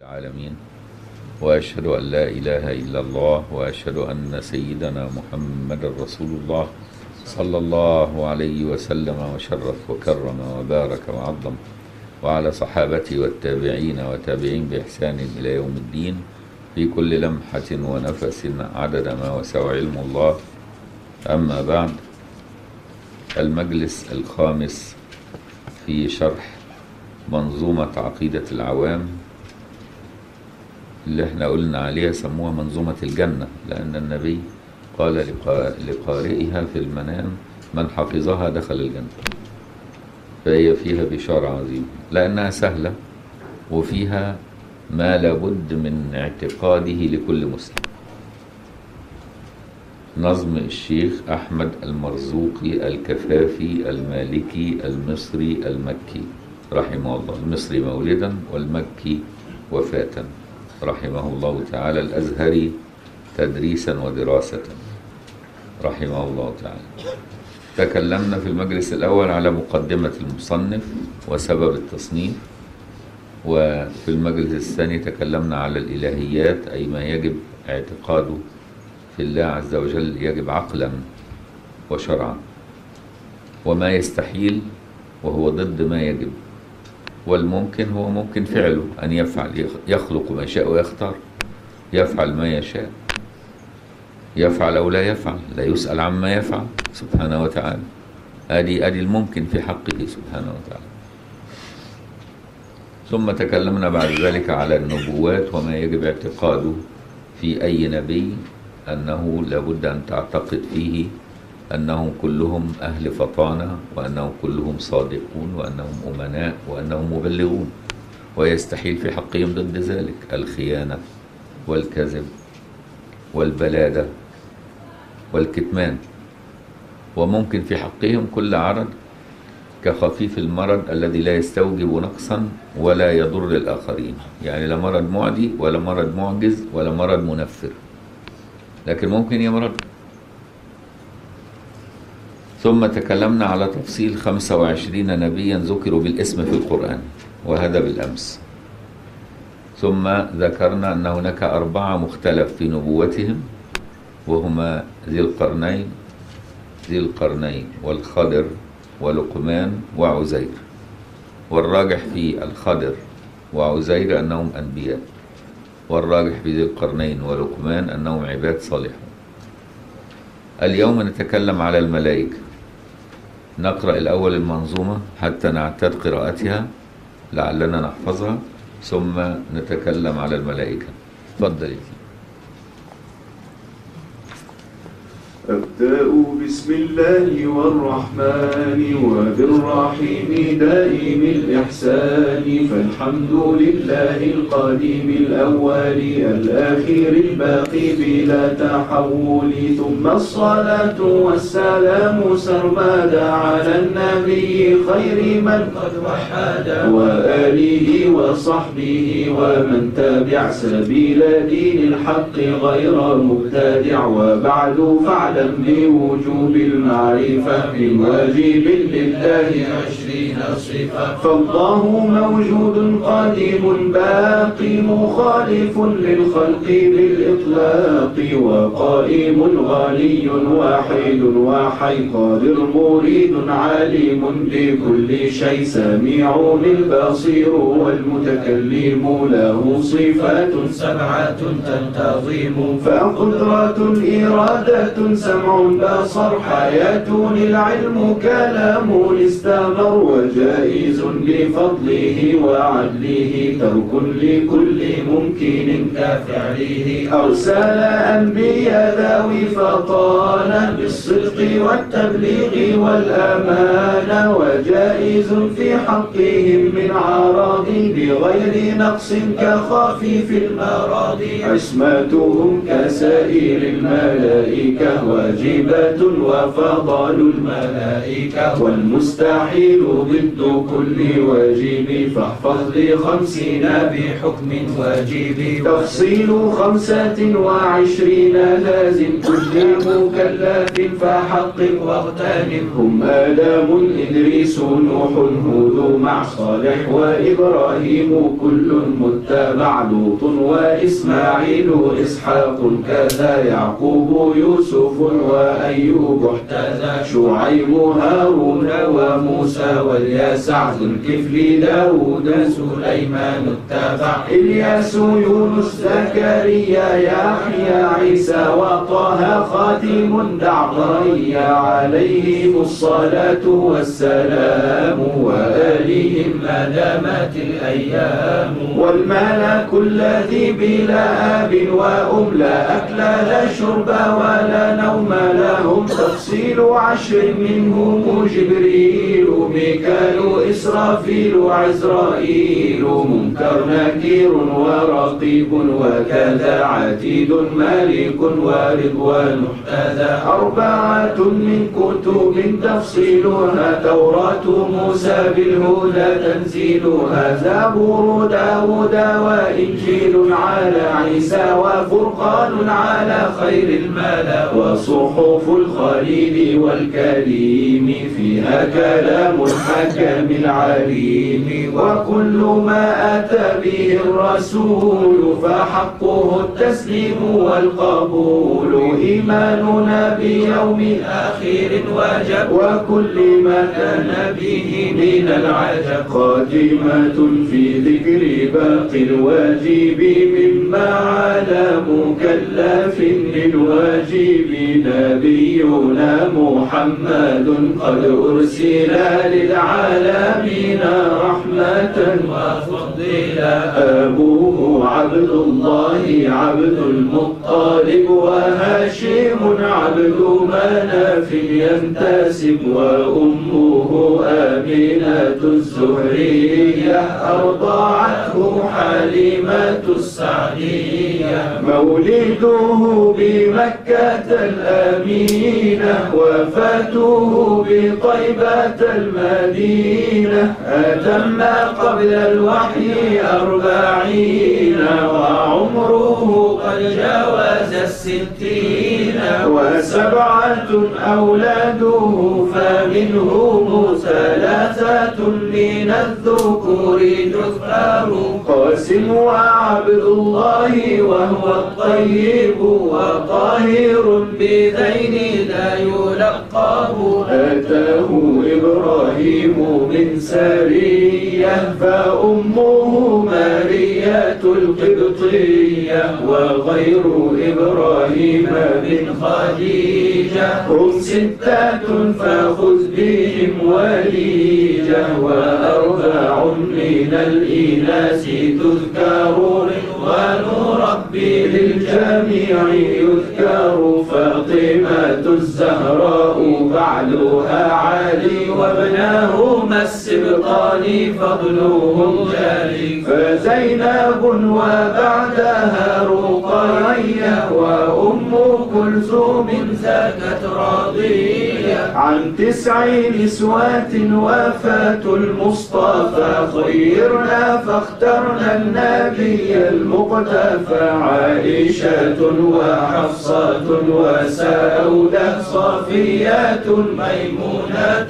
العالمين، وأشهد أن لا إله إلا الله، وأشهد أن سيدنا محمد رسول الله صلى الله عليه وسلم وشرف وكرم وبارك وعظم، وعلى صحابته والتابعين وتابعين بإحسان إلى يوم الدين، في كل لمحة ونفس عدد ما وسع علم الله. أما بعد، المجلس الخامس في شرح منظومة عقيدة العوام اللي احنا قلنا عليها سموها منظومة الجنة، لأن النبي قال لقارئها في المنام: من حفظها دخل الجنة. فهي فيها بشارة عظيمة لأنها سهلة، وفيها ما لابد من اعتقاده لكل مسلم. نظم الشيخ أحمد المرزوقي الكفافي المالكي المصري المكي رحمه الله، المصري مولدا والمكي وفاة، رحمه الله تعالى، الأزهري تدريسا ودراسة، رحمه الله تعالى. تكلمنا في المجلس الأول على مقدمة المصنف وسبب التصنيف، وفي المجلس الثاني تكلمنا على الإلهيات، أي ما يجب اعتقاده في الله عز وجل يجب عقلا وشرعا، وما يستحيل وهو ضد ما يجب، والممكن هو ممكن فعله، أن يفعل، يخلق ما يشاء ويختار، يفعل ما يشاء، يفعل أو لا يفعل، لا يسأل عما يفعل سبحانه وتعالى. أدي الممكن في حقه سبحانه وتعالى. ثم تكلمنا بعد ذلك على النبوات وما يجب اعتقاده في أي نبي، أنه لابد أن تعتقد فيه أنهم كلهم أهل فطانة، وأنهم كلهم صادقون، وأنهم أمناء، وأنهم مبلغون، ويستحيل في حقهم ضد ذلك الخيانة والكذب والبلادة والكتمان. وممكن في حقهم كل عرض كخفيف المرض الذي لا يستوجب نقصا ولا يضر الآخرين، يعني لا مرض معدي ولا مرض معجز ولا مرض منفر، لكن ممكن يمرض. ثم تكلمنا على تفصيل 25 نبيا ذكروا بالاسم في القرآن، وهذا بالأمس. ثم ذكرنا أن هناك 4 مختلف في نبوتهم، وهما ذي القرنين والخضر ولقمان وعزير، والراجح في الخضر وعزير أنهم أنبياء، والراجح في ذي القرنين ولقمان أنهم عباد صالحون. اليوم نتكلم على الملائكة. نقرأ الأول المنظومة حتى نعتاد قراءتها لعلنا نحفظها، ثم نتكلم على الملائكة. تفضل. أبدأ بسم الله والرحمن وبالرحيم دائم الإحسان، فالحمد لله القديم الأول الآخر الباقي بلا تحول، ثم الصلاة والسلام سرمدا على النبي خير من قد وحد، وآله وصحبه ومن تبع سبيل دين الحق غير مبتدع. وبعد فاعلم بوجوب المعرفة من واجب لله 20 صفة، فالله موجود قديم باقي مخالف للخلق بالإطلاق، وقائم غني واحد وحي قادر مريد عالم بكل شيء، سميع البصير والمتكلم له صفات 7 تنتظم، فقدرة إرادة سمع بصر حياة العلم كلام استمر، وجائز بفضله وعدله ترك لكل ممكن كفعله، أرسل أنبياء ذوي فطانا بالصدق والتبليغ والأمانة، وجائز في حقهم من عراض بغير نقص كخفيف المراض، عصمتهم كسائر الملائكة واجبة وفضل الملائكة، والمستحيل ضد كل واجب، فاحفظ ل50 بحكم واجب. تفصيل 25 لازم كل مكلف فحقق واغتنم. هم آدم إدريس نوح هود مع صالح وإبراهيم كل متبع، لوط وإسماعيل إسحاق كذا، يعقوب يوسف وأيوب احتذى، شعيب هارون وموسى واليسع، ذو الكفل داود سليمان اتبع، إلياس يونس زكريا يحيى عيسى وطه خاتم دعطريا، عليهم الصلاة والسلام وآلهم ما دامت الأيام. والملك الذي بلا أب وأم لا أكل لا شرب ولا نوم لهم، تفصيل 10 منهم جبريل ميكال إسرافيل عزرائيل، منكر نكير ورقيب وكذا، عتيد مالك ورضوان احتذى. 4 من كتب تفصيلها، توراة موسى بالهدى تنزيلها، زبور داود وإنجيل على عيسى، وفرقان على خير الملا، وصحف الخليل والكريم فيها كلام الحكم العليم. وكل ما أتى به الرسول فحقه التسليم والقبول، إيماننا بيوم آخر وجب، وكل ما كان به من العجب، خاتمة في ذكر باقي الواجب، مما على مكلف للواجب. نبينا محمد قد أرسل للعالمين رحمة وفضيلا، أبوه عبد الله عبد المطلب، وهاشم عبد مناف ينتسب، وأمه آمنة الزهرية أرضعته حليمة السعدية، مولده بمكة الأمينة، وفاته بطيبة المدينة، أتم قبل الوحي 40 وعمره قد جاوز 60 و7 أولاده فمنهم 3 من الذكور تذكر، قاسم وعبد الله وهو الطيب، وطاهر بذين لا يلقب، أتاه إبراهيم من سارية فأمه مارية القبطية، وغير إبراهيم من خديجة، هم 6 فخذ بهم وليجة، و4 من الإناث تذكر، رضوان ربي للجميع يذكر، فاطمة الزهراء بعلها علي، وابناهما السبطان فضلهم جلي، فزينب وبعدها رقية، وأم كلثوم زكت راضية، عن 9 نسوات وفاة المصطفى، خيرنا فاخترنا النبي المقتفى، عائشة وحفصة وسودة، صفيات ميمونة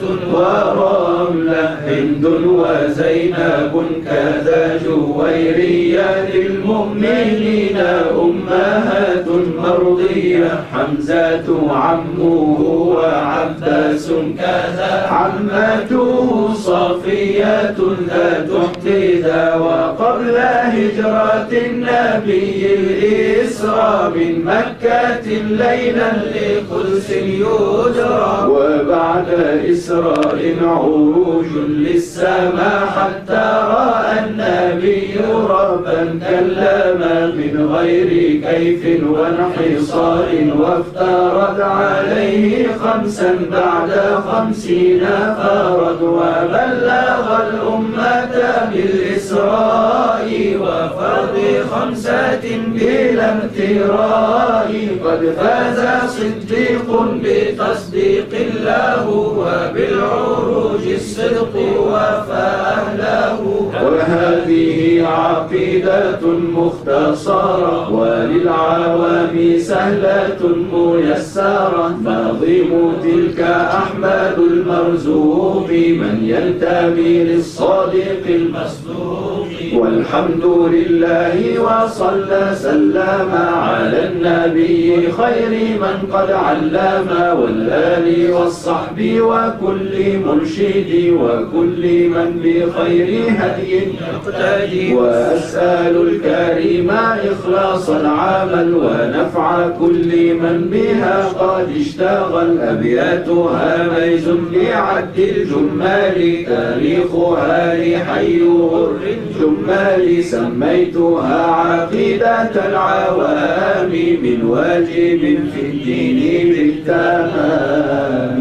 ورملة، هند وزينب كذا جويرية، للمؤمنين أمهات مرضية، حمزة عمه وعباس كذا، عمته صفية ذات احتذا، وقبل هجرة النبي الإسراء من مكة ليلا لقدس يجرى، وبعد إسراء عروج للسماء حتى رأى النبي ربا كلما من غير كيف وانحصار. خصال وافترض عليه 5 بعد 50 فرد وبلغ الأمة بالإسراء وفرض 5 بلا امتراء قد فاز صديق بتصديق الله وبالعروج الصدق وفأهله وهذه عقيدة مختصرة وللعوام سهلة ميسرة نظيم تلك أحمد المرزوق من ينتمي للصادق المصدوق والحمد لله وصلى سلم على النبي خير من قد علم والآل والصحب وكل مرشد وكل من بخير هدي يقتدي وأسأل الكريم إخلاص العمل ونفع كل من بها قد اشتغل أبياتها ميز بعد الجمال تاريخها لحي غر الجمال سميتها عقيدة العوام من واجب في الدين بالتمام.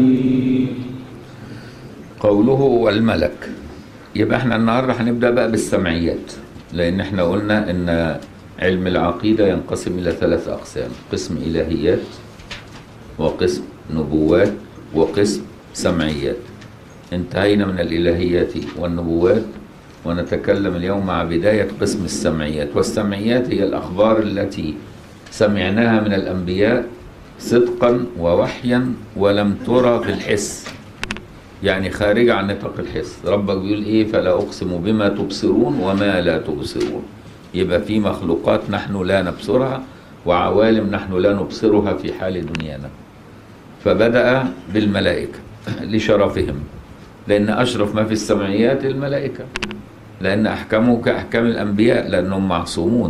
قوله والملك، يبقى احنا النهارده هنبدأ بقى بالسمعيات، لأن احنا قلنا إن علم العقيدة ينقسم إلى 3 أقسام: قسم إلهيات وقسم نبوات وقسم سمعيات. انتهينا من الإلهيات والنبوات ونتكلم اليوم مع بداية قسم السمعيات. والسمعيات هي الأخبار التي سمعناها من الأنبياء صدقا ووحيا ولم ترى في الحس، يعني خارجة عن نطاق الحس. ربك بيقول إيه؟ فلا أقسم بما تبصرون وما لا تبصرون. يبقى في مخلوقات نحن لا نبصرها وعوالم نحن لا نبصرها في حال دنيانا. فبدأ بالملائكة لشرفهم، لأن أشرف ما في السمعيات الملائكة، لأن أحكامه كأحكام الأنبياء لأنهم معصومون.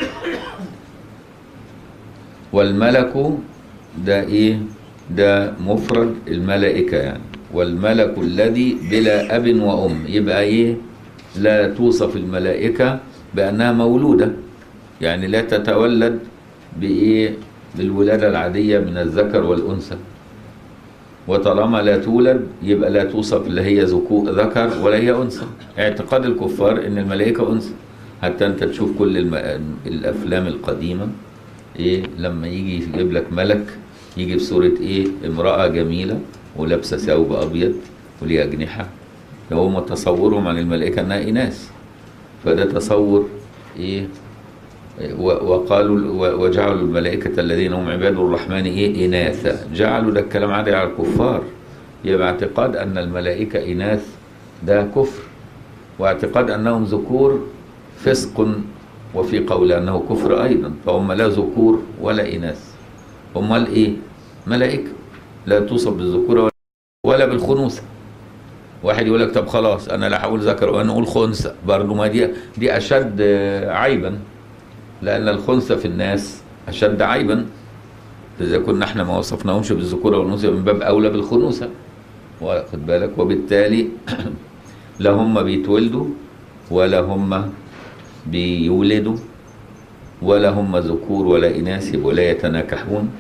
والملك ده إيه؟ ده مفرد الملائكة يعني. والملك الذي بلا أب وأم، يبقى إيه؟ لا توصف الملائكة بأنها مولودة، يعني لا تتولد بإيه؟ بالولادة العادية من الذكر والأنثى. وطالما لا تولد يبقى لا توصف لا هي ذكر ولا هي أنثى. اعتقاد الكفار إن الملائكة أنثى، حتى أنت تشوف كل الأفلام القديمة إيه لما يجي يجيب لك ملك يجي بصورة إيه؟ امرأة جميلة ولابسة ثوب أبيض وليها أجنحة. هم تصورهم عن الملائكة أنها إناث، فده تصور إيه؟ وقالوا وجعلوا الملائكة الذين هم عباد الرحمن إيه؟ إناثا. جعلوا ده الكلام عادي على الكفار. يبقى اعتقاد أن الملائكة إناث ده كفر، واعتقاد أنهم ذكور فسق، وفي قول أنه كفر أيضا. فهم لا ذكور ولا إناث، هم إيه؟ ملائكة لا توصف بالذكورة ولا بالخنوثة. واحد يقول لك طب خلاص أنا لا هقول ذكر وأنا أقول خنثى برضه، ما دي أشد عيبا، لأن الخنثى في الناس أشد عيبا. إذا كنا احنا ما وصفناهمش بالذكورة والأنوثة من باب أولى بالخنوثة، واخد بالك؟ وبالتالي لا هم بيتولدوا ولا هم بيولدوا ولا هم ذكور ولا إناث ولا يتناكحون.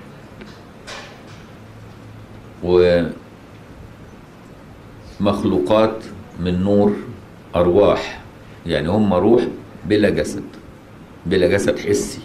ومخلوقات من نور، أرواح، يعني هم روح بلا جسد، بلا جسد حسي.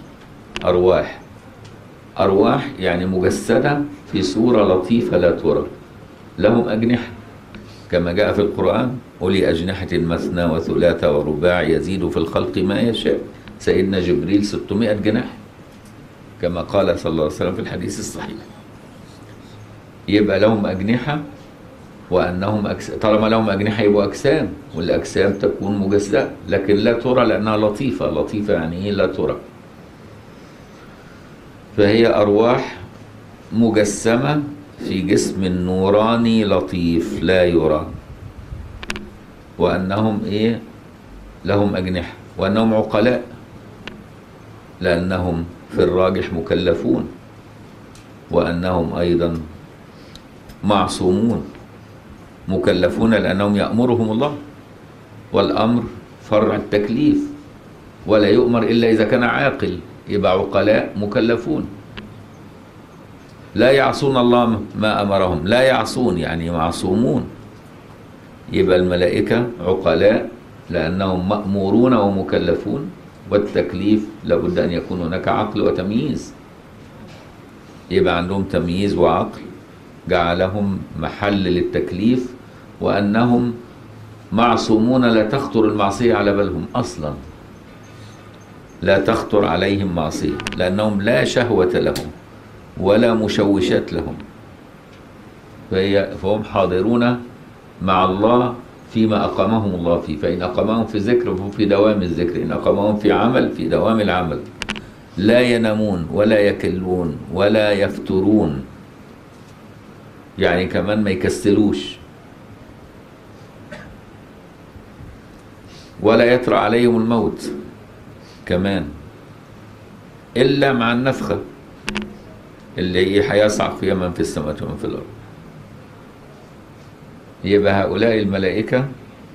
أرواح يعني مجسدة في صورة لطيفة لا ترى. لهم أجنحة كما جاء في القرآن: أولي أجنحة مثنى وثلاث ورباع يزيد في الخلق ما يشاء. سيدنا جبريل 600 جناح كما قال صلى الله عليه وسلم في الحديث الصحيح. يبقى لهم أجنحة، وأنهم طالما لهم أجنحة يبقوا أجسام، والأجسام تكون مجسدة لكن لا ترى لأنها لطيفة. لطيفة يعني إيه؟ لا ترى. فهي أرواح مجسمة في جسم نوراني لطيف لا يرى. وأنهم إيه؟ لهم أجنحة، وأنهم عقلاء لأنهم في الراجح مكلفون، وأنهم أيضا معصومون مكلفون لأنهم يأمرهم الله، والأمر فرع التكليف، ولا يؤمر إلا إذا كان عاقل. يبقى عقلاء مكلفون. لا يعصون الله ما أمرهم، لا يعصون يعني معصومون. يبقى الملائكة عقلاء لأنهم مأمورون ومكلفون، والتكليف لابد أن يكون هناك عقل وتمييز، يبقى عندهم تمييز وعقل جعلهم محل للتكليف، وأنهم معصومون لا تخطر المعصية على بالهم أصلا، لا تخطر عليهم معصية لأنهم لا شهوة لهم ولا مشوشات لهم، فهم حاضرون مع الله فيما أقامهم الله فيه. فإن أقامهم في ذكر فهم في دوام الذكر، إن أقامهم في عمل في دوام العمل، لا ينامون ولا يكلون ولا يفترون، يعني كمان ما يكسلوش، ولا يطرأ عليهم الموت كمان إلا مع النفخة اللي هيصعق فيها من في السماوات ومن في الأرض. يبقى هؤلاء الملائكة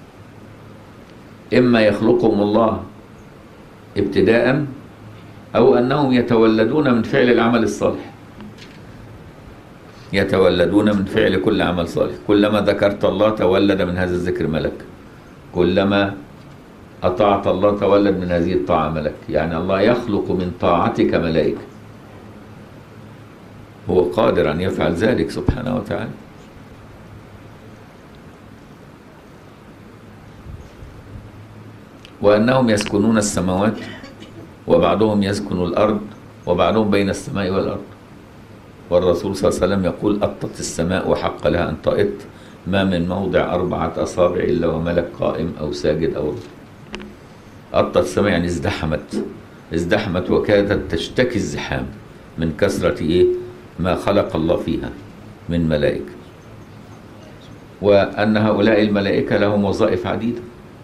إما يخلقهم الله ابتداء، أو أنهم يتولدون من فعل العمل الصالح، يتولدون من فعل كل عمل صالح. كلما ذكرت الله تولد من هذا الذكر ملك، كلما أطعت الله تولد من هذه الطاعة ملك. يعني الله يخلق من طاعتك ملائكة، هو قادر أن يفعل ذلك سبحانه وتعالى. وأنهم يسكنون السماوات، وبعضهم يسكن الأرض، وبعضهم بين السماء والأرض. والرسول صلى الله عليه وسلم يقول: أطت السماء وحق لها أن تأط، ما من موضع 4 أصابع إلا وملك قائم أو ساجد أو ركع. أطت السماء يعني ازدحمت وكادت تشتكي الزحام من كثرة ما خلق الله فيها من ملائكة. وأن هؤلاء الملائكة لهم وظائف عديدة،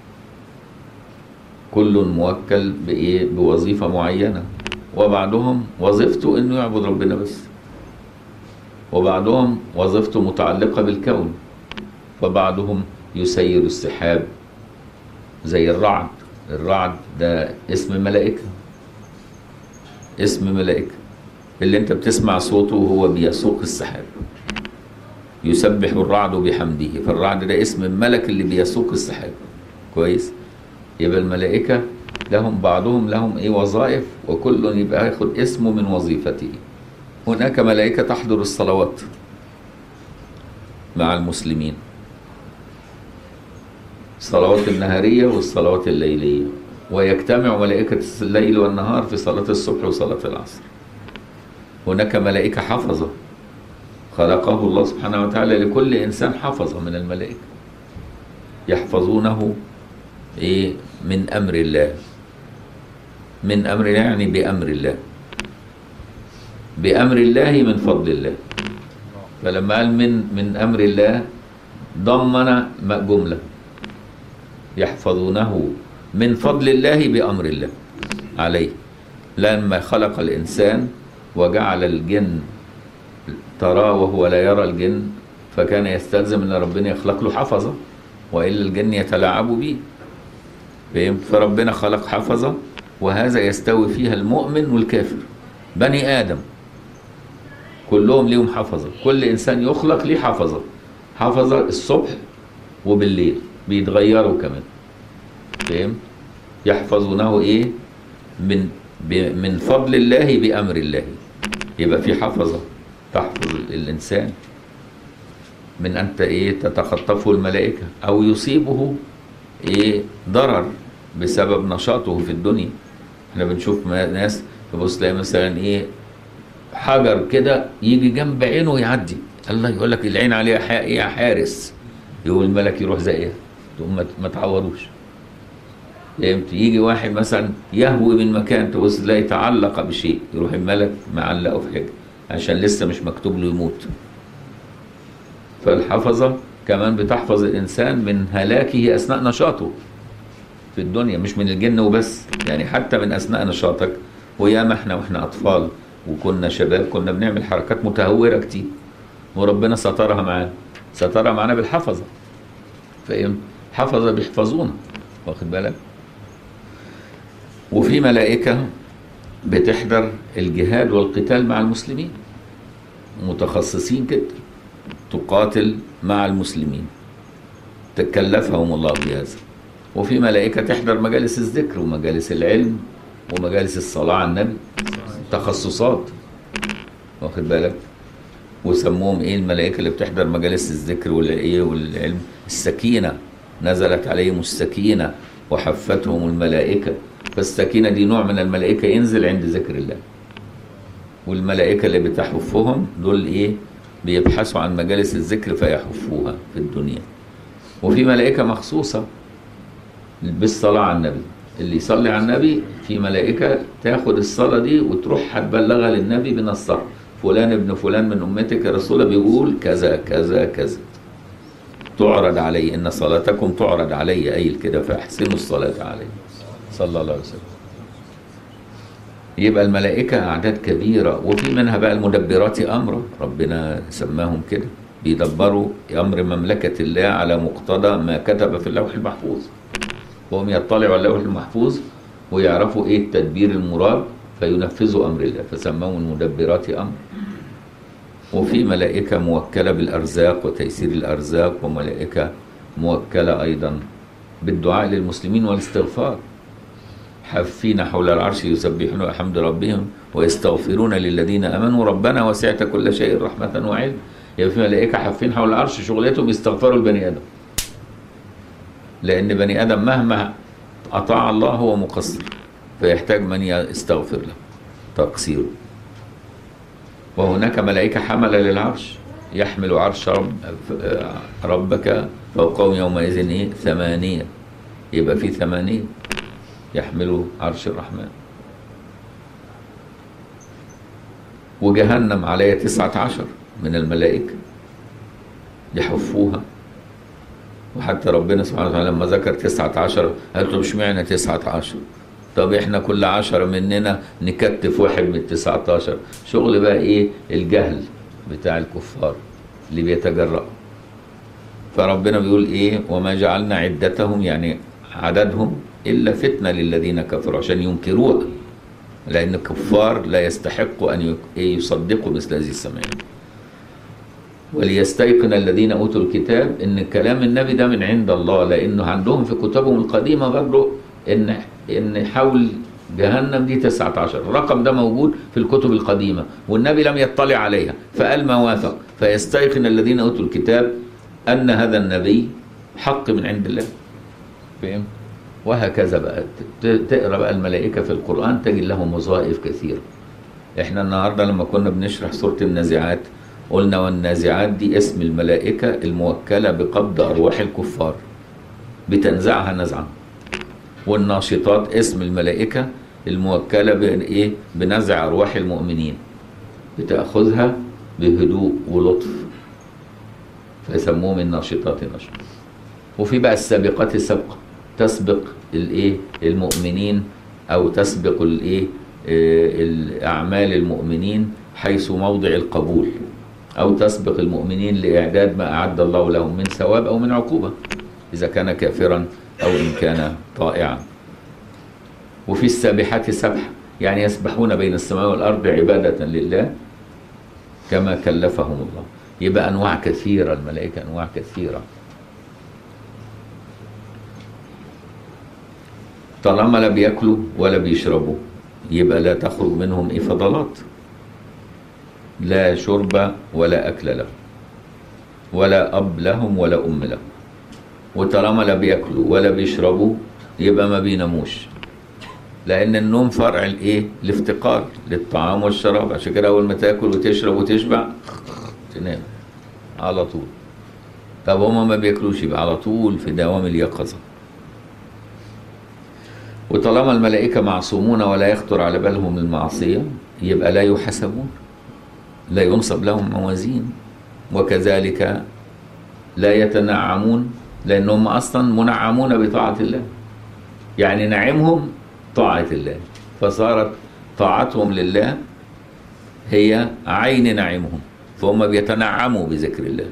كل موكل بوظيفة معينة، وبعضهم وظيفته إنه يعبد ربنا بس، وبعضهم وظيفته متعلقة بالكون، فبعضهم يسير السحاب زي الرعد. الرعد ده اسم ملائكة، اسم ملائكة اللي انت بتسمع صوته وهو بيسوق السحاب، يسبح الرعد بحمده. فالرعد ده اسم الملك اللي بيسوق السحاب. كويس؟ يبقى الملائكة لهم بعضهم لهم وظائف، وكل يبقى ياخد اسمه من وظيفته. هناك ملائكة تحضر الصلوات مع المسلمين، الصلوات النهارية والصلوات الليلية، ويجتمع ملائكة الليل والنهار في صلاة الصبح وصلاة العصر. هناك ملائكة حفظة خلقه الله سبحانه وتعالى لكل إنسان حفظة من الملائكة، يحفظونه من أمر الله، من أمر الله يعني بأمر الله، بأمر الله من فضل الله. فلما قال من أمر الله ضمن جملة، يحفظونه من فضل الله بأمر الله عليه. لما خلق الإنسان وجعل الجن تراه وهو لا يرى الجن، فكان يستلزم أن ربنا يخلق له حفظة، وإلا الجن يتلاعبوا به. فربنا خلق حفظة، وهذا يستوي فيها المؤمن والكافر. بني آدم كلهم ليهم حفظة، كل إنسان يخلق ليه حفظة، حفظة الصبح وبالليل بيتغيروا كمان. فهم؟ يحفظونه من فضل الله بأمر الله. يبقى في حفظة تحفظ الإنسان من أن تتخطفه الملائكة أو يصيبه ضرر بسبب نشاطه في الدنيا. احنا بنشوف ناس تبص تلاقي مثلا حجر كده يجي جنب عينه يعدي، الله يقول لك العين عليها يا حارس، يقول الملك يروح زيها تقوم ما تعوروش. يجي واحد مثلا يهوي من مكان، تبص تلاقي يتعلق بشيء، يروح الملك معلقه في حاجه عشان لسه مش مكتوب له يموت. فالحفظه كمان بتحفظ الانسان من هلاكه اثناء نشاطه في الدنيا، مش من الجن وبس، يعني حتى من اثناء نشاطك. وياما احنا واحنا اطفال وكنا شباب كنا بنعمل حركات متهوره كتير، وربنا سترها معانا بالحفظه. فاهم؟ حفظه بيحفظونا، واخد بالك؟ وفي ملائكه بتحضر الجهاد والقتال مع المسلمين، متخصصين كده تقاتل مع المسلمين، تكلفهم الله بهذا. وفي ملائكة تحضر مجالس الذكر ومجالس العلم ومجالس الصلاة على النبي، تخصصات، واخد بالك. وسموهم ايه الملائكة اللي بتحضر مجالس الذكر والعلم؟ السكينة، نزلت عليهم السكينة وحفتهم الملائكة. فالسكينة دي نوع من الملائكة ينزل عند ذكر الله، والملائكة اللي بتحفهم دول ايه؟ بيبحثوا عن مجالس الذكر فيحفوها في الدنيا. وفي ملائكة مخصوصة بالصلاة على النبي، اللي يصلي على النبي في ملائكة تاخد الصلاة دي وتروح هتبلغها للنبي بنصها، فلان ابن فلان من أمتك يا رسول الله بيقول كذا كذا كذا، تعرض علي، إن صلاتكم تعرض علي، أي كده فأحسنوا الصلاة عليه صلى الله عليه وسلم. يبقى الملائكة أعداد كبيرة. وفي منها بقى المدبرات أمره، ربنا سماهم كده، بيدبروا أمر مملكة الله على مقتضى ما كتب في اللوح المحفوظ، وهم يطلعوا على اللوح المحفوظ ويعرفوا إيه التدبير المراد فينفذوا أمر الله، فسماهم المدبرات أمر. وفي ملائكة موكلة بالأرزاق وتيسير الأرزاق، وملائكة موكلة أيضا بالدعاء للمسلمين والاستغفار، حافين حول العرش يسبحون بحمد ربهم ويستغفرون للذين آمنوا ربنا وسعت كل شيء رحمة وعلم. يبقى في ملائكة حافين حول العرش شغلتهم يستغفروا البني آدم، لأن بني آدم مهما أطاع الله هو مقصر، فيحتاج من يستغفر له تقصيره. وهناك ملائكة حملة للعرش، يحمل عرش ربك فوقهم يومئذ إيه؟ 8، يبقى في 8 يحملوا عرش الرحمن. وجهنم عليها 19 من الملائكة يحفوها. وحتى ربنا سبحانه وتعالى لما ذكر 19 قال له اشمعنى 19؟ طب احنا كل 10 مننا نكتف واحد من 19. شغل بقى ايه؟ الجهل بتاع الكفار اللي بيتجرأوا. فربنا بيقول ايه؟ وما جعلنا عدتهم، يعني عددهم، إلا فتنة للذين كفروا، عشان ينكروها، لأن الكفار لا يستحقوا أن يصدقوا مثل هذه السماعين. وليستيقن الذين أوتوا الكتاب إن كلام النبي ده من عند الله، لأنه عندهم في كتبهم القديمة برضه إن حول جهنم دي 19. الرقم ده موجود في الكتب القديمة والنبي لم يطلع عليها، فقال ما وافق. فيستيقن الذين أوتوا الكتاب أن هذا النبي حق من عند الله. فهم؟ وهكذا بقى تقرأ بقى الملائكة في القرآن تجد لهم وظائف كثيرة. احنا النهاردة لما كنا بنشرح سورة النازعات قلنا والنازعات دي اسم الملائكة الموكلة بقبض أرواح الكفار، بتنزعها نزعا. والناشطات اسم الملائكة الموكلة بإيه؟ بنزع أرواح المؤمنين، بتأخذها بهدوء ولطف، فيسموهم الناشطات نشط. وفي بقى السابقات السابقة، تسبق الايه؟ المؤمنين، او تسبق الايه؟ الاعمال المؤمنين حيث موضع القبول، او تسبق المؤمنين لاعداد ما اعد الله لهم من ثواب او من عقوبة اذا كان كافرا او ان كان طائعا. وفي السابحات سبح، يعني يسبحون بين السماء والارض عبادة لله كما كلفهم الله. يبقى انواع كثيرة، الملائكة انواع كثيرة. طالما لا بياكلوا ولا بيشربوا يبقى لا تخرج منهم فضلات، لا شرب ولا أكل لهم، ولا أب لهم ولا أم لهم. وطالما لا بياكلوا ولا بيشربوا يبقى ما بيناموش، لأن النوم فرع الإيه؟ الافتقار للطعام والشراب. عشان كده أول ما تاكل وتشرب وتشبع تنام على طول. طب هما ما بياكلوش يبقى على طول في دوام اليقظة. وطالما الملائكة معصومون ولا يخطر على بالهم المعصية يبقى لا يحاسبون، لا ينصب لهم موازين. وكذلك لا يتنعمون، لأنهم أصلا منعمون بطاعة الله، يعني نعمهم طاعة الله، فصارت طاعتهم لله هي عين نعمهم، فهم بيتنعموا بذكر الله.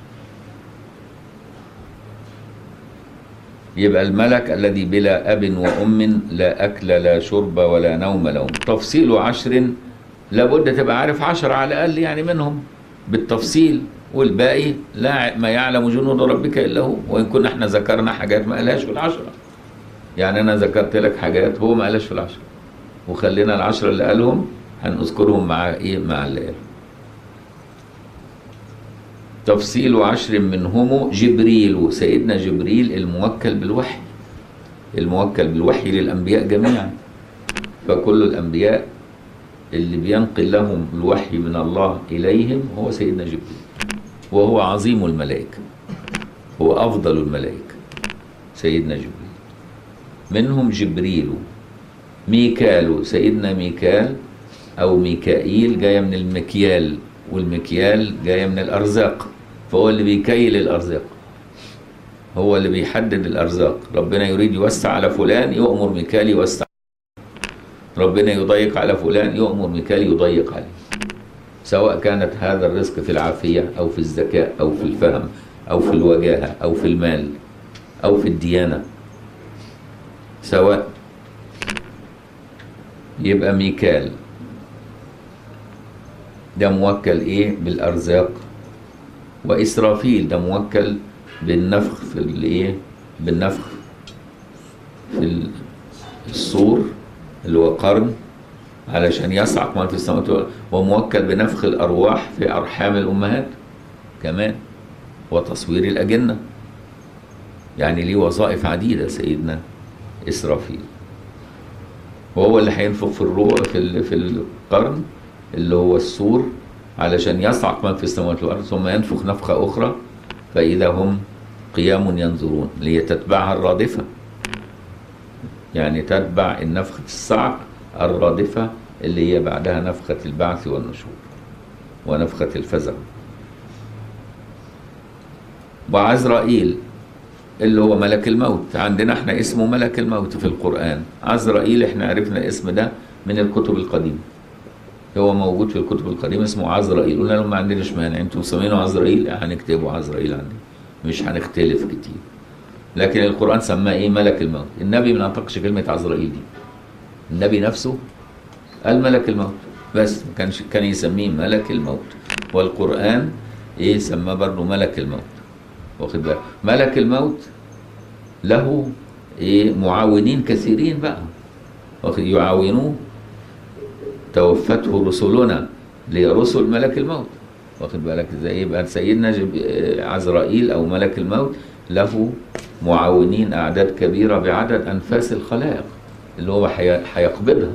يبقى الملك الذي بلا أب وأم لا أكل لا شرب ولا نوم لهم. تفصيل 10 لابد تبقى عارف 10 على الأقل يعني منهم، بالتفصيل، والباقي لا ما يعلم جنود ربك الا هو. وان كنا احنا ذكرنا حاجات ما قالهاش في العشره، يعني انا ذكرت لك حاجات هو ما قالهاش في العشره، وخلينا العشره اللي قالهم هنذكرهم مع ايه، مع اللي قال. تفصيل 10 منهم جبريل، سيدنا جبريل الموكل بالوحي، الموكل بالوحي للانبياء جميعا. فكل الانبياء اللي بينقل لهم الوحي من الله اليهم هو سيدنا جبريل، وهو عظيم الملائكه، هو افضل الملائكه سيدنا جبريل. منهم جبريل. ميكال، سيدنا ميكال او ميكائيل جايه من المكيال، والمكيال جايه من الارزاق، فهو اللي بيكيل الارزاق، هو اللي بيحدد الارزاق. ربنا يريد يوسع على فلان يؤمر ميكال يوسع، ربنا يضيق على فلان يؤمر ميكال يضيق عليه، سواء كانت هذا الرزق في العافيه او في الذكاء او في الفهم او في الوجاهه او في المال او في الديانه، سواء. يبقى ميكال ده موكل ايه، بالارزاق. واسرافيل ده موكل بالنفخ في الايه، بالنفخ في الصور اللي هو قرن، علشان يصعق من في السماوات والارض. وموكل بنفخ الارواح في ارحام الامهات كمان، وتصوير الاجنه. يعني ليه وظائف عديده سيدنا اسرافيل. وهو اللي هينفخ في الروح في القرن اللي هو السور، علشان يصعق من في السماوات والارض، ثم ينفخ نفخه اخرى فاذا هم قيام ينظرون، ليتتبعها الرادفه، يعني تتبع النفخه الصعق الرادفه اللي هي بعدها نفخه البعث والنشور ونفخه الفزع. وعزرائيل اللي هو ملك الموت، عندنا احنا اسمه ملك الموت في القرآن. عزرائيل احنا عرفنا الاسم ده من الكتب القديمة، هو موجود في الكتب القديمة اسمه عزرائيل. قلنا لهم ما عندناش مانع، انتوا مسمينه عزرائيل هنكتبه عزرائيل عندنا، مش هنختلف كتير. لكن القرآن سماه ايه، ملك الموت. النبي ما نطقش كلمة عزرائيل دي، النبي نفسه قال ملك الموت بس، كان يسميه ملك الموت. والقرآن ايه سماه برضه ملك الموت. واخد بالك، ملك الموت له ايه معاونين كثيرين بقى، يعاونوه. توفته رسلنا لرسل ملك الموت، واخد بالك ازاي. يبقى سيدنا عزرائيل او ملك الموت له معاونين اعداد كبيره بعدد انفاس الخلائق اللي هو هيقبضها.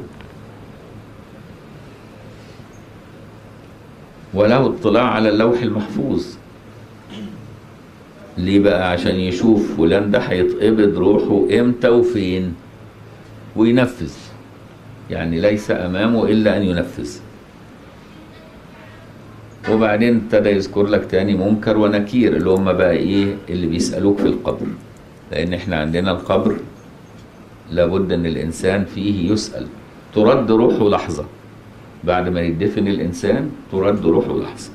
وله اطلاع على اللوح المحفوظ. ليه بقى؟ عشان يشوف فلان ده هيتقبض روحه امتى وفين وينفذ، يعني ليس امامه الا ان ينفذ. وبعدين ابتدى يذكر لك تاني منكر ونكير اللي هم بقى ايه، اللي بيسألوك في القبر. لان احنا عندنا القبر لابد ان الانسان فيه يسأل، ترد روحه لحظة بعد ما يدفن الانسان، ترد روحه لحظة،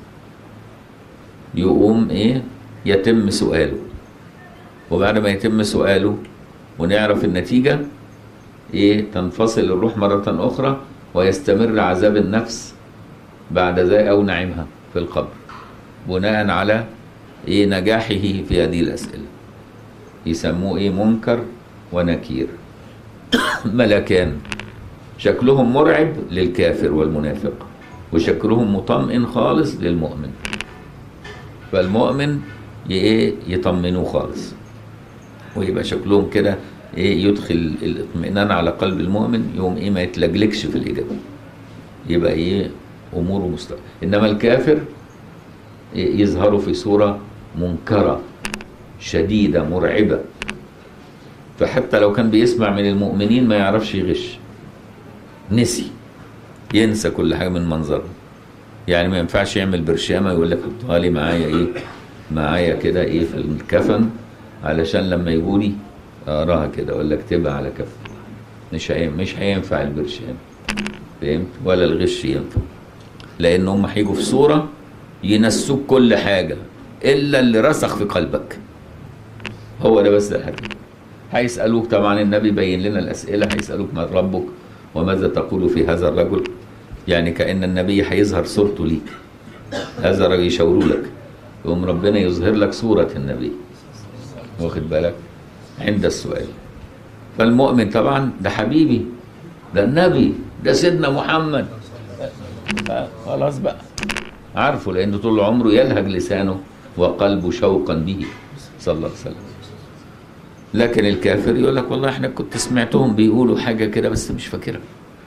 يقوم ايه يتم سؤاله. وبعد ما يتم سؤاله ونعرف النتيجة ايه، تنفصل الروح مرة اخرى ويستمر عذاب النفس بعد ذلك او نعيمها في القبر، بناء على ايه نجاحه في هذه الاسئلة. يسموه ايه، منكر ونكير. ملكان شكلهم مرعب للكافر والمنافق، وشكلهم مطمئن خالص للمؤمن. فالمؤمن يطمنوه خالص، ويبقى شكلهم كده ايه يدخل الاطمئنان على قلب المؤمن، يوم ايه ما يتلجلكش في الاجابه، يبقى ايه اموره مستقبل. انما الكافر إيه يظهر في صوره منكره شديده مرعبه، فحتى لو كان بيسمع من المؤمنين ما يعرفش يغش، نسي، ينسى كل حاجه من منظره. يعني ما ينفعش يعمل برشامه يقول لك حطها لي معايا ايه، معايا كده ايه في الكفن علشان لما يقولي اقراها كده ولا اكتبها على كفن. مش هينفع البرشام، فهمت؟ ولا الغش ينفع، لان هم هيجوا في صوره ينسوك كل حاجه الا اللي رسخ في قلبك، هو ده بس الحكي. هيسالوك طبعا، النبي بين لنا الاسئله، هيسالوك من ربك وماذا تقول في هذا الرجل، يعني كأن النبي هيظهر صورته ليك هذا راجل يشاوروا لك، يقوم ربنا يظهر لك صورة النبي، واخد بالك، عند السؤال. فالمؤمن طبعا ده حبيبي، ده النبي، ده سيدنا محمد، خلاص بقى عارفه، لأنه طول عمره يلهج لسانه وقلبه شوقا به صلى الله عليه وسلم. لكن الكافر يقول لك والله احنا كنت سمعتهم بيقولوا حاجة كده بس مش فاكرها.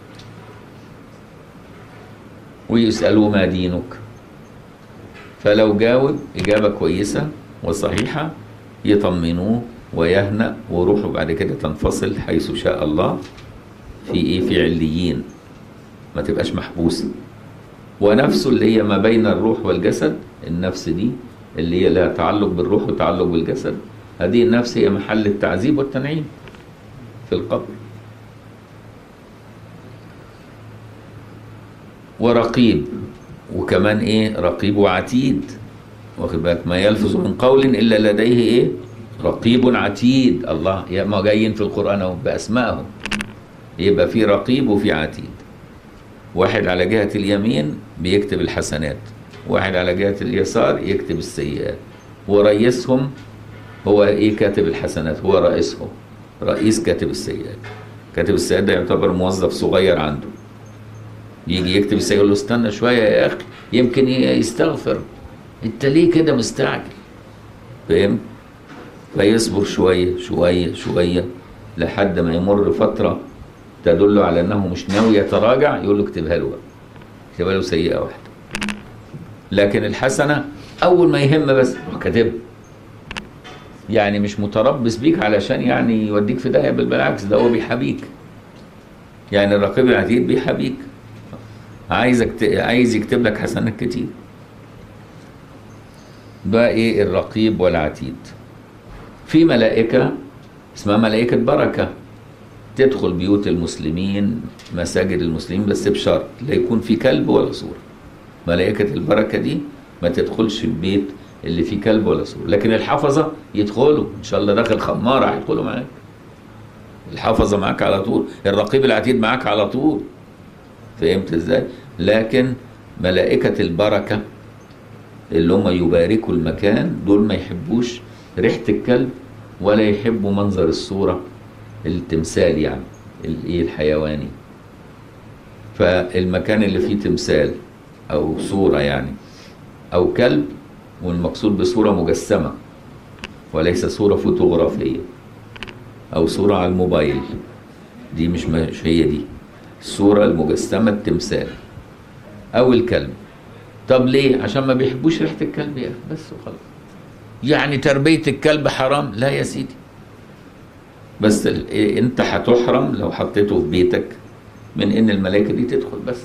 ويسألوا ما دينك، فلو جاوب إجابة كويسة وصحيحة يطمنوه ويهنأ، وروحه بعد كده تنفصل حيث شاء الله في إيه؟ في عليين، ما تبقاش محبوسة. ونفسه اللي هي ما بين الروح والجسد، النفس دي اللي هي لها تعلق بالروح وتعلق بالجسد، هذه النفس هي محل التعذيب والتنعيم في القبر. ورقيب، وكمان ايه؟ رقيب وعتيد، واخد بالك، ما يلفظ من قول الا لديه ايه؟ رقيب عتيد. الله، يا ما جايين في القران اهو باسمائهم، يبقى في رقيب وفي عتيد. واحد على جهه اليمين بيكتب الحسنات، واحد على جهه اليسار يكتب السيئات، ورئيسهم هو ايه؟ كاتب الحسنات، هو رئيسهم، رئيس كاتب السيئات. كاتب السيئات ده يعتبر موظف صغير عنده، يجي يكتب السيئات يقول له استنى شويه يا اخي يمكن يستغفر، انت ليه كده مستعجل؟ فاهم؟ فيصبر شويه شويه شويه لحد ما يمر فتره تدل على انه مش ناوي يتراجع، يقول له اكتبها له بقى، اكتبها له سيئه واحده. لكن الحسنه اول ما يهم بس روح كاتبها، يعني مش متربص بيك علشان يعني يوديك في داهيه، بالعكس ده هو بيحابيك. يعني الرقيب العتيد بيحابيك، عايز يكتب لك حسنات كتير. بقى ايه الرقيب والعتيد؟ في ملائكه اسمها ملائكه بركه تدخل بيوت المسلمين، مساجد المسلمين، بس بشرط لا يكون في كلب ولا صوره. ملائكه البركه دي ما تدخلش البيت اللي فيه كلب ولا صوره، لكن الحفظه يدخلوا ان شاء الله، داخل خماره هيدخلوا معاك، الحفظه معاك على طول، الرقيب العتيد معاك على طول. فهمت ازاي؟ لكن ملائكه البركه اللي هم يباركوا المكان دول ما يحبوش ريحه الكلب ولا يحبوا منظر الصوره، التمثال يعني الايه الحيواني. فالمكان اللي فيه تمثال او صوره يعني او كلب، والمقصود بصوره مجسمه وليس صوره فوتوغرافيه او صوره على الموبايل، دي مش هي دي الصوره المجسمه، التمثال او الكلب. طب ليه؟ عشان ما بيحبوش ريحه الكلب يا اخي، بس وخلاص. يعني تربيه الكلب حرام؟ لا يا سيدي، بس انت هتحرم لو حطيته في بيتك من ان الملائكه دي تدخل بس.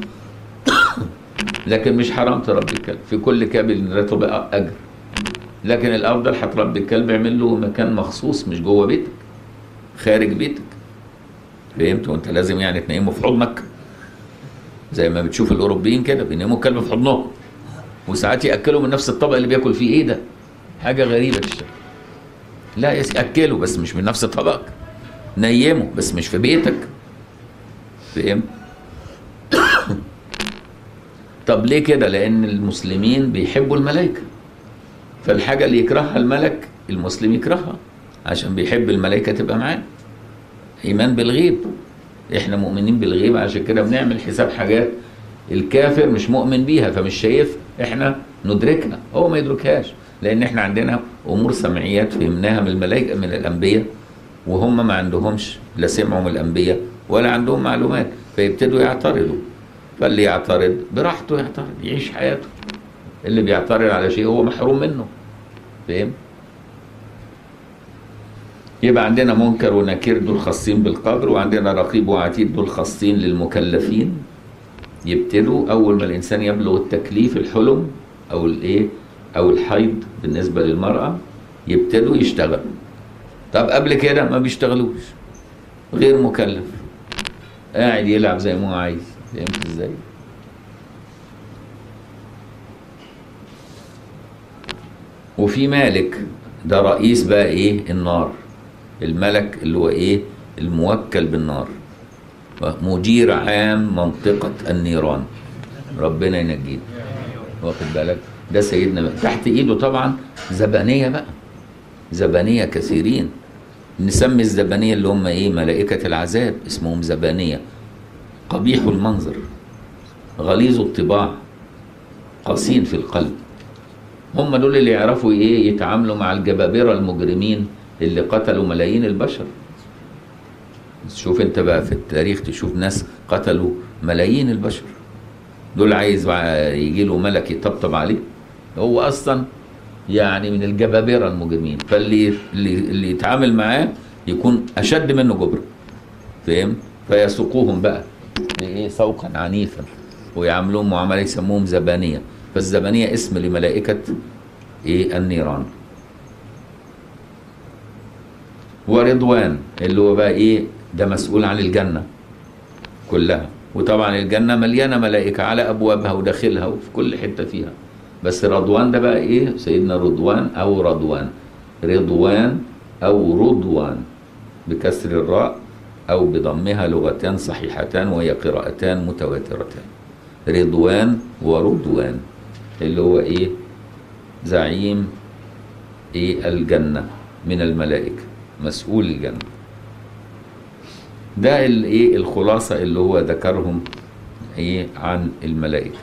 لكن مش حرام تربي الكلب، في كل كلب راتب اجر، لكن الافضل هتربي الكلب اعمل له مكان مخصوص، مش جوه بيتك، خارج بيتك. فهمت؟ وانت لازم يعني تنيمه في حضنك زي ما بتشوف الاوروبيين كده بينيموا الكلب في حضنهم، وساعات ياكلوا من نفس الطبق اللي بياكل فيه. ايه ده؟ حاجه غريبه الشكل. لا ياكله بس مش من نفس طبقك، نيمه بس مش في بيتك. فهمت؟ طب ليه كده؟ لان المسلمين بيحبوا الملائكه، فالحاجه اللي يكرهها الملك المسلم يكرهها، عشان بيحب الملائكه تبقى معاه. ايمان بالغيب، احنا مؤمنين بالغيب، عشان كده بنعمل حساب حاجات الكافر مش مؤمن بيها فمش شايف، احنا ندركها هو ما يدركهاش، لان احنا عندنا امور سمعيات فهمناها من الملائكه من الانبياء، وهم ما عندهمش، لا سمعوا من الانبياء ولا عندهم معلومات، فيبتدوا يعترضوا. فاللي يعترض براحته يعترض، يعيش حياته. اللي بيعترض على شيء هو محروم منه. فاهم؟ يبقى عندنا منكر ونكير دول خاصين بالقبر، وعندنا رقيب وعتيد دول خاصين للمكلفين. يبتدوا اول ما الانسان يبلغ التكليف، الحلم او الايه او الحيض بالنسبه للمراه، يبتدوا يشتغلوا. طب قبل كده ما بيشتغلوش، غير مكلف، قاعد يلعب زي ما هو عايز. فهمت ازاي؟ وفي مالك، ده رئيس بقى ايه؟ النار. الملك اللي هو ايه؟ الموكل بالنار، مدير عام منطقة النيران، ربنا ينجينا. واخد بالك؟ ده سيدنا تحت ايده طبعا زبانية بقى، زبانية كثيرين. نسمي الزبانية اللي هم ايه؟ ملائكة العذاب، اسمهم زبانية. قبيح المنظر، غليظ الطباع، قاسين في القلب. هم دول اللي يعرفوا ايه؟ يتعاملوا مع الجبابرة المجرمين اللي قتلوا ملايين البشر. شوف انت بقى في التاريخ تشوف ناس قتلوا ملايين البشر، دول عايز يجي له ملك يطبطب عليه؟ هو اصلا يعني من الجبابرة المجرمين، اللي يتعامل معاه يكون اشد منه جبر، فاهم؟ فيسوقوهم بقى بايه؟ سوقا عنيفا، ويعاملوهم معامله يسموهم زبانيه. فالزبانيه اسم لملائكه ايه؟ النيران. ورضوان اللي هو بقى ايه؟ ده مسؤول عن الجنه كلها، وطبعا الجنه مليانه ملائكه على ابوابها وداخلها وفي كل حته فيها. بس رضوان ده بقى ايه؟ سيدنا رضوان او رضوان، رضوان او رضوان بكسر الراء او بضمها، لغتان صحيحتان وهي قراءتان متواترتان. رضوان ورضوان اللي هو ايه؟ زعيم ايه؟ الجنه من الملائكه، مسؤول الجنه. ده الايه؟ الخلاصه اللي هو ذكرهم ايه عن الملائكه.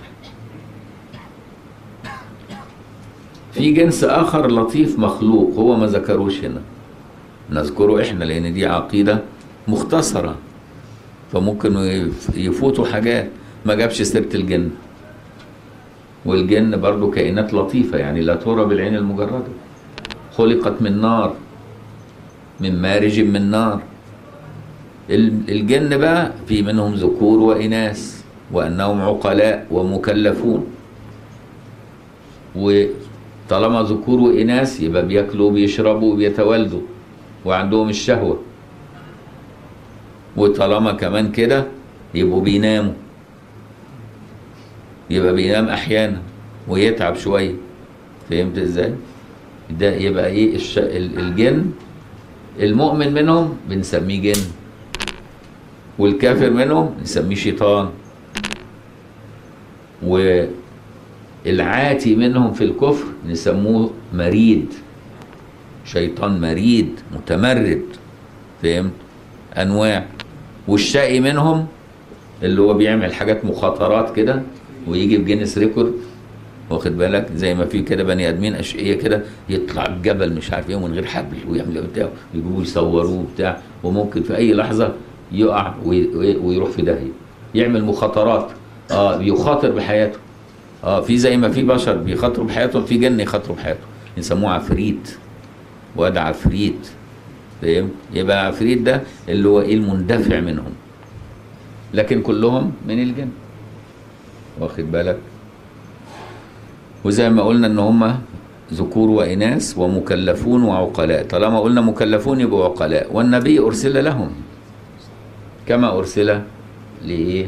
في جنس اخر لطيف مخلوق هو ما ذكروش هنا، نذكره احنا لان دي عقيده مختصره، فممكن يفوتوا حاجات. ما جابش سيره الجن، والجن برضو كائنات لطيفه يعني لا ترى بالعين المجرده. خلقت من نار، من مارج من نار. الجن بقى في منهم ذكور وإناث، وأنهم عقلاء ومكلفون. وطالما ذكور وإناث يبقى بياكلوا وبيشربوا وبيتولدوا وعندهم الشهوة. وطالما كمان كده يبقوا بيناموا، يبقى بينام أحيانا ويتعب شوية. فهمت ازاي؟ ده يبقى ايه؟ الجن المؤمن منهم بنسميه جن، والكافر منهم نسميه شيطان، والعاتي منهم في الكفر نسموه مريد، شيطان مريد متمرد. فهمت؟ انواع. والشقي منهم اللي هو بيعمل حاجات مخاطرات كده ويجي بجينيس ريكورد، واخد بالك؟ زي ما في كده بني ادمين اشقياء كده يطلع الجبل مش عارف ايه من غير حبل ويعمل بتاع، يجيبوه يصوروه بتاع، وممكن في اي لحظه يقع ويروح في داهيه، يعمل مخاطرات. بيخاطر بحياته. في زي ما في بشر بيخاطروا بحياتهم، في جن يخاطروا بحياته، يسموه عفريت. واد عفريت. فاهم؟ يبقى عفريت ده اللي هو ايه؟ المندفع منهم، لكن كلهم من الجن، واخد بالك؟ وزي ما قلنا ان هم ذكور وإناث ومكلفون وعقلاء. طالما قلنا مكلفون يبقوا عقلاء. والنبي أرسل لهم كما أرسل لإيه؟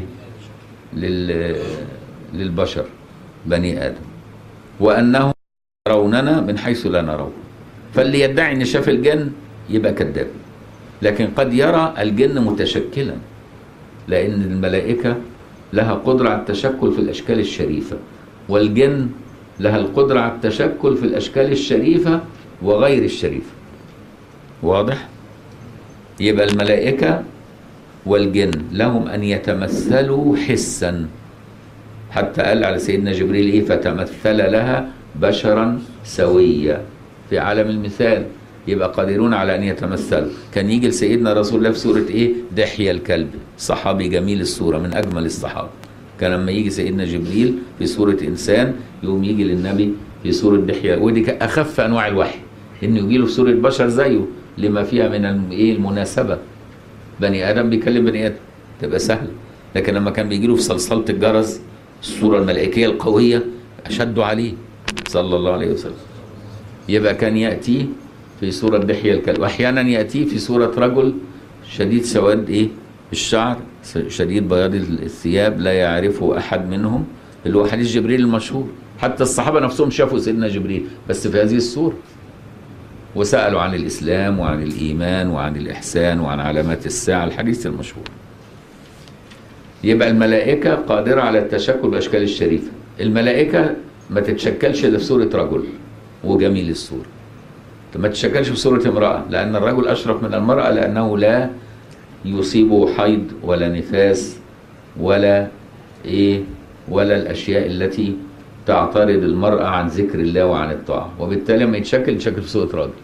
للبشر بني آدم، وأنهم يروننا من حيث لا نراه. فاللي يدعي ان شاف الجن يبقى كذاب. لكن قد يرى الجن متشكلا، لأن الملائكة لها قدرة على التشكل في الأشكال الشريفة، والجن لها القدرة على التشكل في الأشكال الشريفة وغير الشريفة. واضح؟ يبقى الملائكة والجن لهم أن يتمثلوا حسا، حتى قال على سيدنا جبريل إيه؟ فتمثل لها بشرا سويا في عالم المثال. يبقى قادرون على أن يتمثلوا. كان يجي لسيدنا رسول الله في سورة إيه؟ دحية الكلب، صحابي جميل الصورة من أجمل الصحابة. كان لما يجي سيدنا جبريل في سورة إنسان يقوم يجي للنبي في سورة دحية، ودي أخف أنواع الوحي، إنه يجي له في سورة بشر زيه لما فيها من إيه؟ المناسبة. بني آدم بيكلم بني آدم تبقى سهلة. لكن لما كان بيجي له في صلصلة الجرس الصورة الملائكية القوية أشدوا عليه صلى الله عليه وسلم. يبقى كان يأتي في سورة دحية الكلب، وأحيانا يأتي في سورة رجل شديد سواد إيه؟ الشعر، شديد بياض الثياب، لا يعرفه أحد منهم، اللي هو حديث جبريل المشهور. حتى الصحابة نفسهم شافوا سيدنا جبريل بس في هذه الصورة، وسألوا عن الإسلام وعن الإيمان وعن الإحسان وعن علامات الساعة، الحديث المشهور. يبقى الملائكة قادرة على التشكل بأشكال الشريفة. الملائكة ما تتشكلش الا في صوره رجل وجميل الصوره، ما تتشكلش في صوره امراه، لان الرجل اشرف من المراه، لانه لا يصيبه حيض ولا نفاس ولا ولا الاشياء التي تعترض المراه عن ذكر الله وعن الطاعه، وبالتالي لما يتشكل في صوره راجل.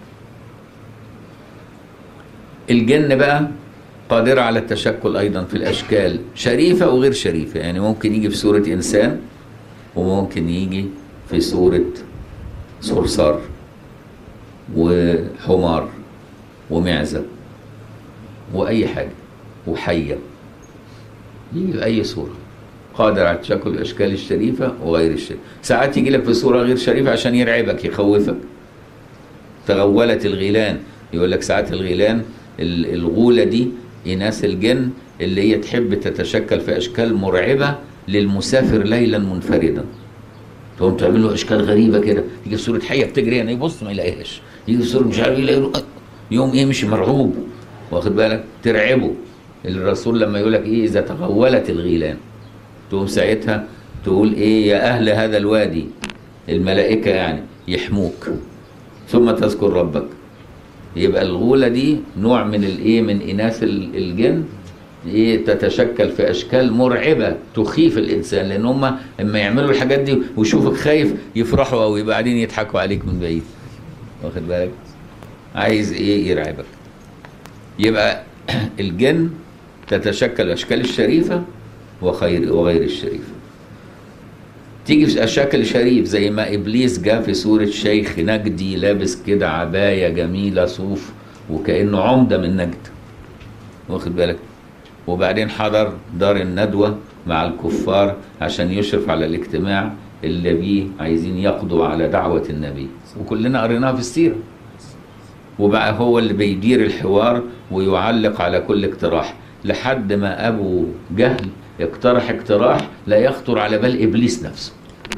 الجن بقى قادرة على التشكل أيضا في الأشكال شريفة وغير شريفة، يعني ممكن يجي في صورة إنسان وممكن يجي في صورة صرصار وحمار ومعزة وأي حاجة وحية، يجي بأي صورة، قادر على تشكل الأشكال الشريفة وغير الشريفة. ساعات يجي لك في صورة غير شريفة عشان يرعبك يخوفك. تغولت الغيلان، يقول لك ساعات الغيلان الغولة دي إناث الجن اللي هي تحب تتشكل في أشكال مرعبة للمسافر ليلا منفردا، تقوم تعمل له أشكال غريبة كده، يجي في صورة حية بتجري يعني يبص ما يلاقيهاش، يجي في صورة مش عارف يلاقي يوم يمشي مرعوب، واخد بالك، ترعبه. الرسول لما يقول لك إذا تغولت الغيلان، تقوم ساعتها تقول يا أهل هذا الوادي، الملائكة يعني يحموك، ثم تذكر ربك. يبقى الغولة دي نوع من من إناث الجن تتشكل في أشكال مرعبة تخيف الإنسان، لأن هم لما يعملوا الحاجات دي ويشوفك خايف يفرحوا أو بعدين يضحكوا عليك من بعيد، واخد بالك، عايز يرعبك. يبقى الجن تتشكل الأشكال الشريفة وغير الشريفة. تيجي في أشكال شريف زي ما إبليس جاء في صورة شيخ نجدي لابس كده عباية جميلة صوف وكأنه عمدة من نجد، واخد بالك، وبعدين حضر دار الندوة مع الكفار عشان يشرف على الاجتماع اللي بيه عايزين يقضوا على دعوة النبي، وكلنا قريناها في السيرة. وبقى هو اللي بيدير الحوار ويعلق على كل اقتراح، لحد ما أبو جهل اقترح اقتراح لا يخطر على بال إبليس نفسه،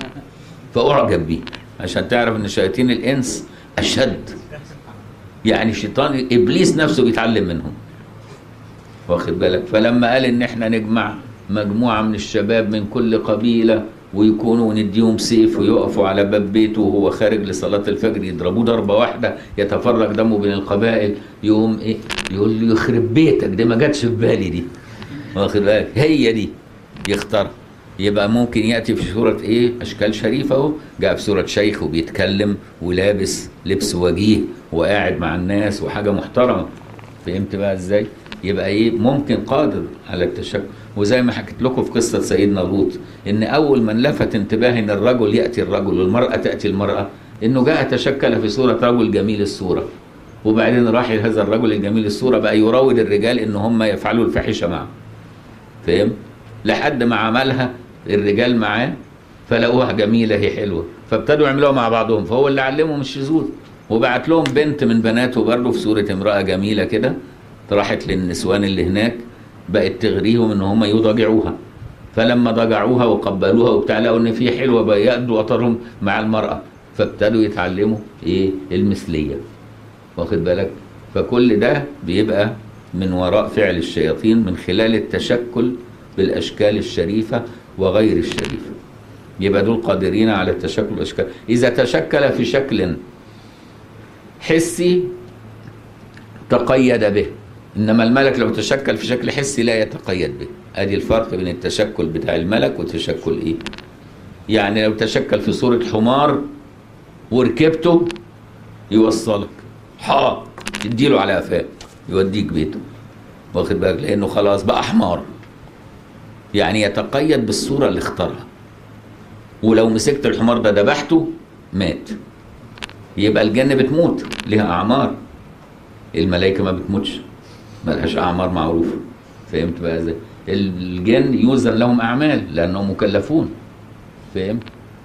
فأعجب بيه، عشان تعرف ان شياطين الإنس أشد، يعني شيطان إبليس نفسه بيتعلم منهم، واخد بالك. فلما قال ان احنا نجمع مجموعة من الشباب من كل قبيلة ويكونوا ونديهم سيف ويقفوا على باب بيته وهو خارج لصلاة الفجر، يضربوه ضربة واحدة يتفرق دمه بين القبائل، يقوم يقول له يخرب بيتك، دي ما جاتش في بالي دي، واخد بالك، هي دي يختار. يبقى ممكن يأتي في صورة أشكال شريفة، اهو جاء في صورة شيخ وبيتكلم ولابس لبس وجيه وقاعد مع الناس وحاجة محترمة، فهمت بقى ازاي؟ يبقى ممكن قادر على التشكل. وزي ما حكيت لكم في قصة سيدنا لوط، ان اول من لفت انتباه ان الرجل يأتي الرجل والمرأة تأتي المرأة، انه جاء تشكل في صورة رجل جميل الصورة، وبعدين راح هذا الرجل الجميل الصورة بقى يراود الرجال ان هم يفعلوا الفاحشة معه، فهم؟ لحد ما عملها الرجال معاه فلقوها جميلة هي حلوة، فابتدوا يعملوها مع بعضهم، فهو اللي علمهم الشذوذ، وبعت لهم بنت من بناته برضه في صورة امرأة جميلة كده، راحت للنسوان اللي هناك بقت تغريهم ان هم يضاجعوها، فلما ضجعوها وقبلوها وبتاع لقوا ان في حلوة بقى يأدوا وطرهم مع المرأة، فابتدوا يتعلموا المثلية، واخد بالك. فكل ده بيبقى من وراء فعل الشياطين من خلال التشكل بالأشكال الشريفة وغير الشريفة. يبقى دول قادرين على التشكل بالأشكال. إذا تشكل في شكل حسي تقيد به، إنما الملك لو تشكل في شكل حسي لا يتقيد به. أدي الفرق بين التشكل بتاع الملك وتشكل يعني لو تشكل في صورة حمار وركبته يوصلك يديله على قفاه يوديك بيته، واخد بالك، لأنه خلاص بقى حمار، يعني يتقيد بالصورة اللي اختارها. ولو مسكت الحمار ده ذبحته مات. يبقى الجن بتموت، لها أعمار، الملائكة ما بتموتش، ما لهاش أعمار معروفة، فهمت بقى ازاي؟ الجن يوزن لهم أعمال لأنهم مكلفون، فهمت؟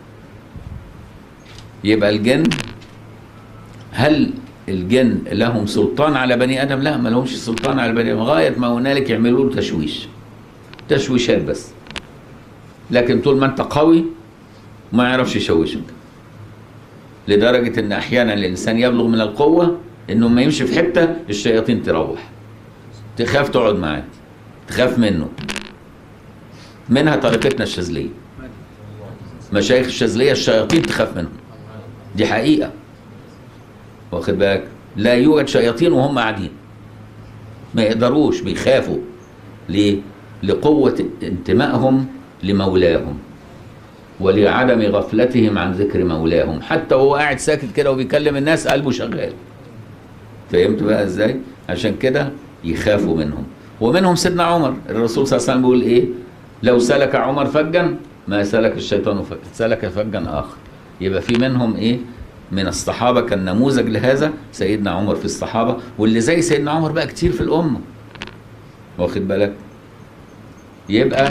يبقى الجن، هل الجن لهم سلطان على بني آدم؟ لا، ما لهمش سلطان على بني آدم، غاية ما هنالك يعملوا له تشويشات بس، لكن طول ما انت قوي ما يعرفش يشوشك، لدرجة ان احيانا الانسان يبلغ من القوة انه ما يمشي في حتة الشياطين تروح، تخاف تقعد معاه، تخاف منه. منها طريقتنا الشاذلية، مشايخ الشاذلية الشياطين تخاف منهم، دي حقيقة، واخد بالك؟ لا يوجد شياطين وهم قاعدين، ما يقدروش، بيخافوا. ليه؟ لقوة انتمائهم لمولاهم ولعدم غفلتهم عن ذكر مولاهم، حتى وهو قاعد ساكت كده وبيكلم الناس قلبه شغال. فهمت بقى ازاي؟ عشان كده يخافوا منهم. ومنهم سيدنا عمر، الرسول صلى الله عليه وسلم بيقول ايه؟ لو سلك عمر فجا ما سلك الشيطان فجا، سلك فجا اخر. يبقى في منهم ايه؟ من الصحابه كان نموذج لهذا سيدنا عمر في الصحابه، واللي زي سيدنا عمر بقى كتير في الامه، واخد بالك؟ يبقى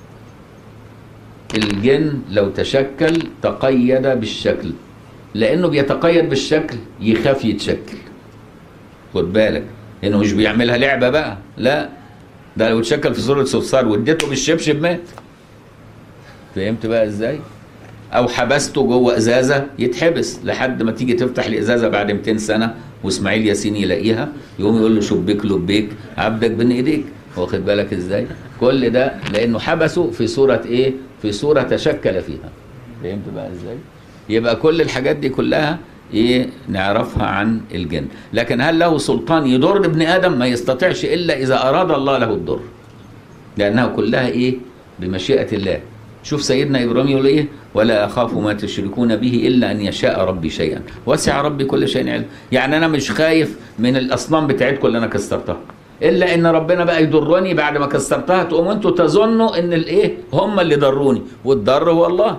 الجن لو تشكل تقيد بالشكل، لانه بيتقيد بالشكل يخاف يتشكل. خد بالك انه مش بيعملها لعبه بقى، لا، ده لو اتشكل في صوره صرصار واديته بالشبشب مات. فهمت بقى ازاي؟ او حبسته جوه ازازه يتحبس لحد ما تيجي تفتح الازازه بعد 200 سنه واسماعيل ياسين يلاقيها، يقوم يقول له شبيك لبيك عبدك بين ايديك. واخد بالك ازاي؟ كل ده لانه حبسه في صوره ايه؟ في صوره تشكل فيها. فهمت بقى ازاي؟ يبقى كل الحاجات دي كلها ايه؟ نعرفها عن الجن. لكن هل له سلطان يضر ابن ادم؟ ما يستطيعش الا اذا اراد الله له الضر، لانها كلها ايه؟ بمشيئه الله. شوف سيدنا ابراهيم يقول ايه؟ ولا اخاف ما تشركون به الا ان يشاء ربي شيئا وسع ربي كل شيء علم. يعني انا مش خايف من الاصنام بتاعتكم اللي انا كسرتها، الا ان ربنا بقى يضرني بعد ما كسرتها، تقوموا انتوا تظنوا ان الايه؟ هم اللي ضروني، والضر هو الله.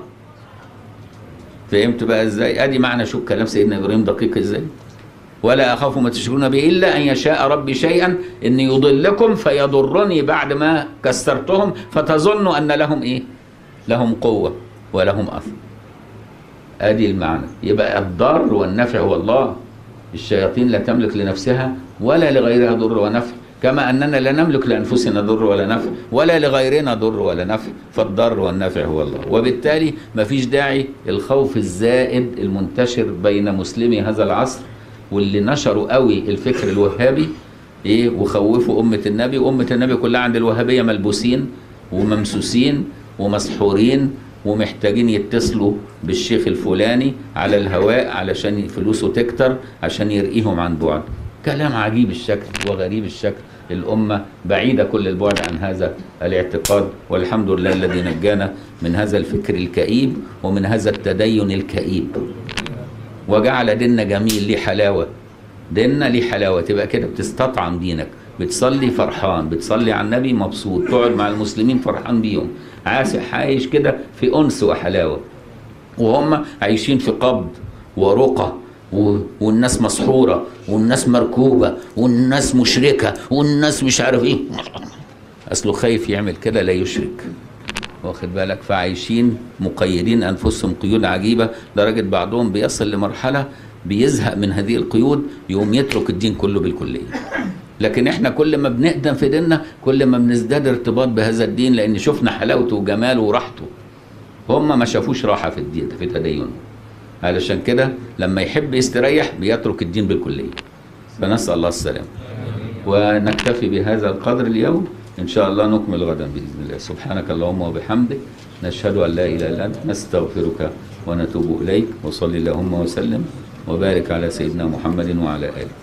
فهمت بقى ازاي؟ ادي معنى شوف كلام سيدنا ابراهيم دقيق ازاي. ولا اخاف ما تشركون به الا ان يشاء ربي شيئا، ان يضلكم فيضرني بعد ما كسرتهم فتظنوا ان لهم ايه؟ لهم قوه ولهم اثر. ادي المعنى. يبقى الضر والنفع هو الله. الشياطين لا تملك لنفسها ولا لغيرها ضر ونفع، كما اننا لا نملك لانفسنا ضر ولا نفع ولا لغيرنا ضر ولا نفع، فالضر والنفع هو الله. وبالتالي ما فيش داعي الخوف الزائد المنتشر بين مسلمي هذا العصر، واللي نشروا قوي الفكر الوهابي ايه؟ وخوفوا امه النبي، وامه النبي كلها عند الوهابيه ملبوسين وممسوسين ومسحورين، ومحتاجين يتصلوا بالشيخ الفلاني على الهواء علشان فلوسه تكتر عشان يرقيهم عن بعد. كلام عجيب الشكل وغريب الشكل. الأمة بعيدة كل البعد عن هذا الاعتقاد، والحمد لله الذي نجانا من هذا الفكر الكئيب ومن هذا التدين الكئيب، وجعل ديننا جميل ليه حلاوة. ديننا ليه حلاوة، تبقى كده بتستطعم دينك، بتصلي فرحان، بتصلي على النبي مبسوط، تقعد مع المسلمين فرحان بيهم، عايش كده في أنس وحلاوة، وهم عايشين في قبض ورقة، والناس مسحورة والناس مركوبة والناس مشركة والناس مش عارف ايه. اصله خايف يعمل كده لا يشرك، واخد بالك؟ فعايشين مقيدين انفسهم قيود عجيبة، لدرجة بعضهم بيصل لمرحلة بيزهق من هذه القيود يقوم يترك الدين كله بالكلية. لكن احنا كل ما بنقدم في ديننا كل ما بنزداد ارتباط بهذا الدين، لان شفنا حلاوته وجماله وراحته. هم ما شافوش راحة في الدين، في تدينه، علشان كده لما يحب يستريح بيترك الدين بالكلية. فنسأل الله السلام. ونكتفي بهذا القدر اليوم، إن شاء الله نكمل غدا بإذن الله. سبحانك اللهم وبحمدك، نشهد أن لا إله إلا أنت، نستغفرك ونتوب إليك. وصلي اللهم وسلم وبارك على سيدنا محمد وعلى آله.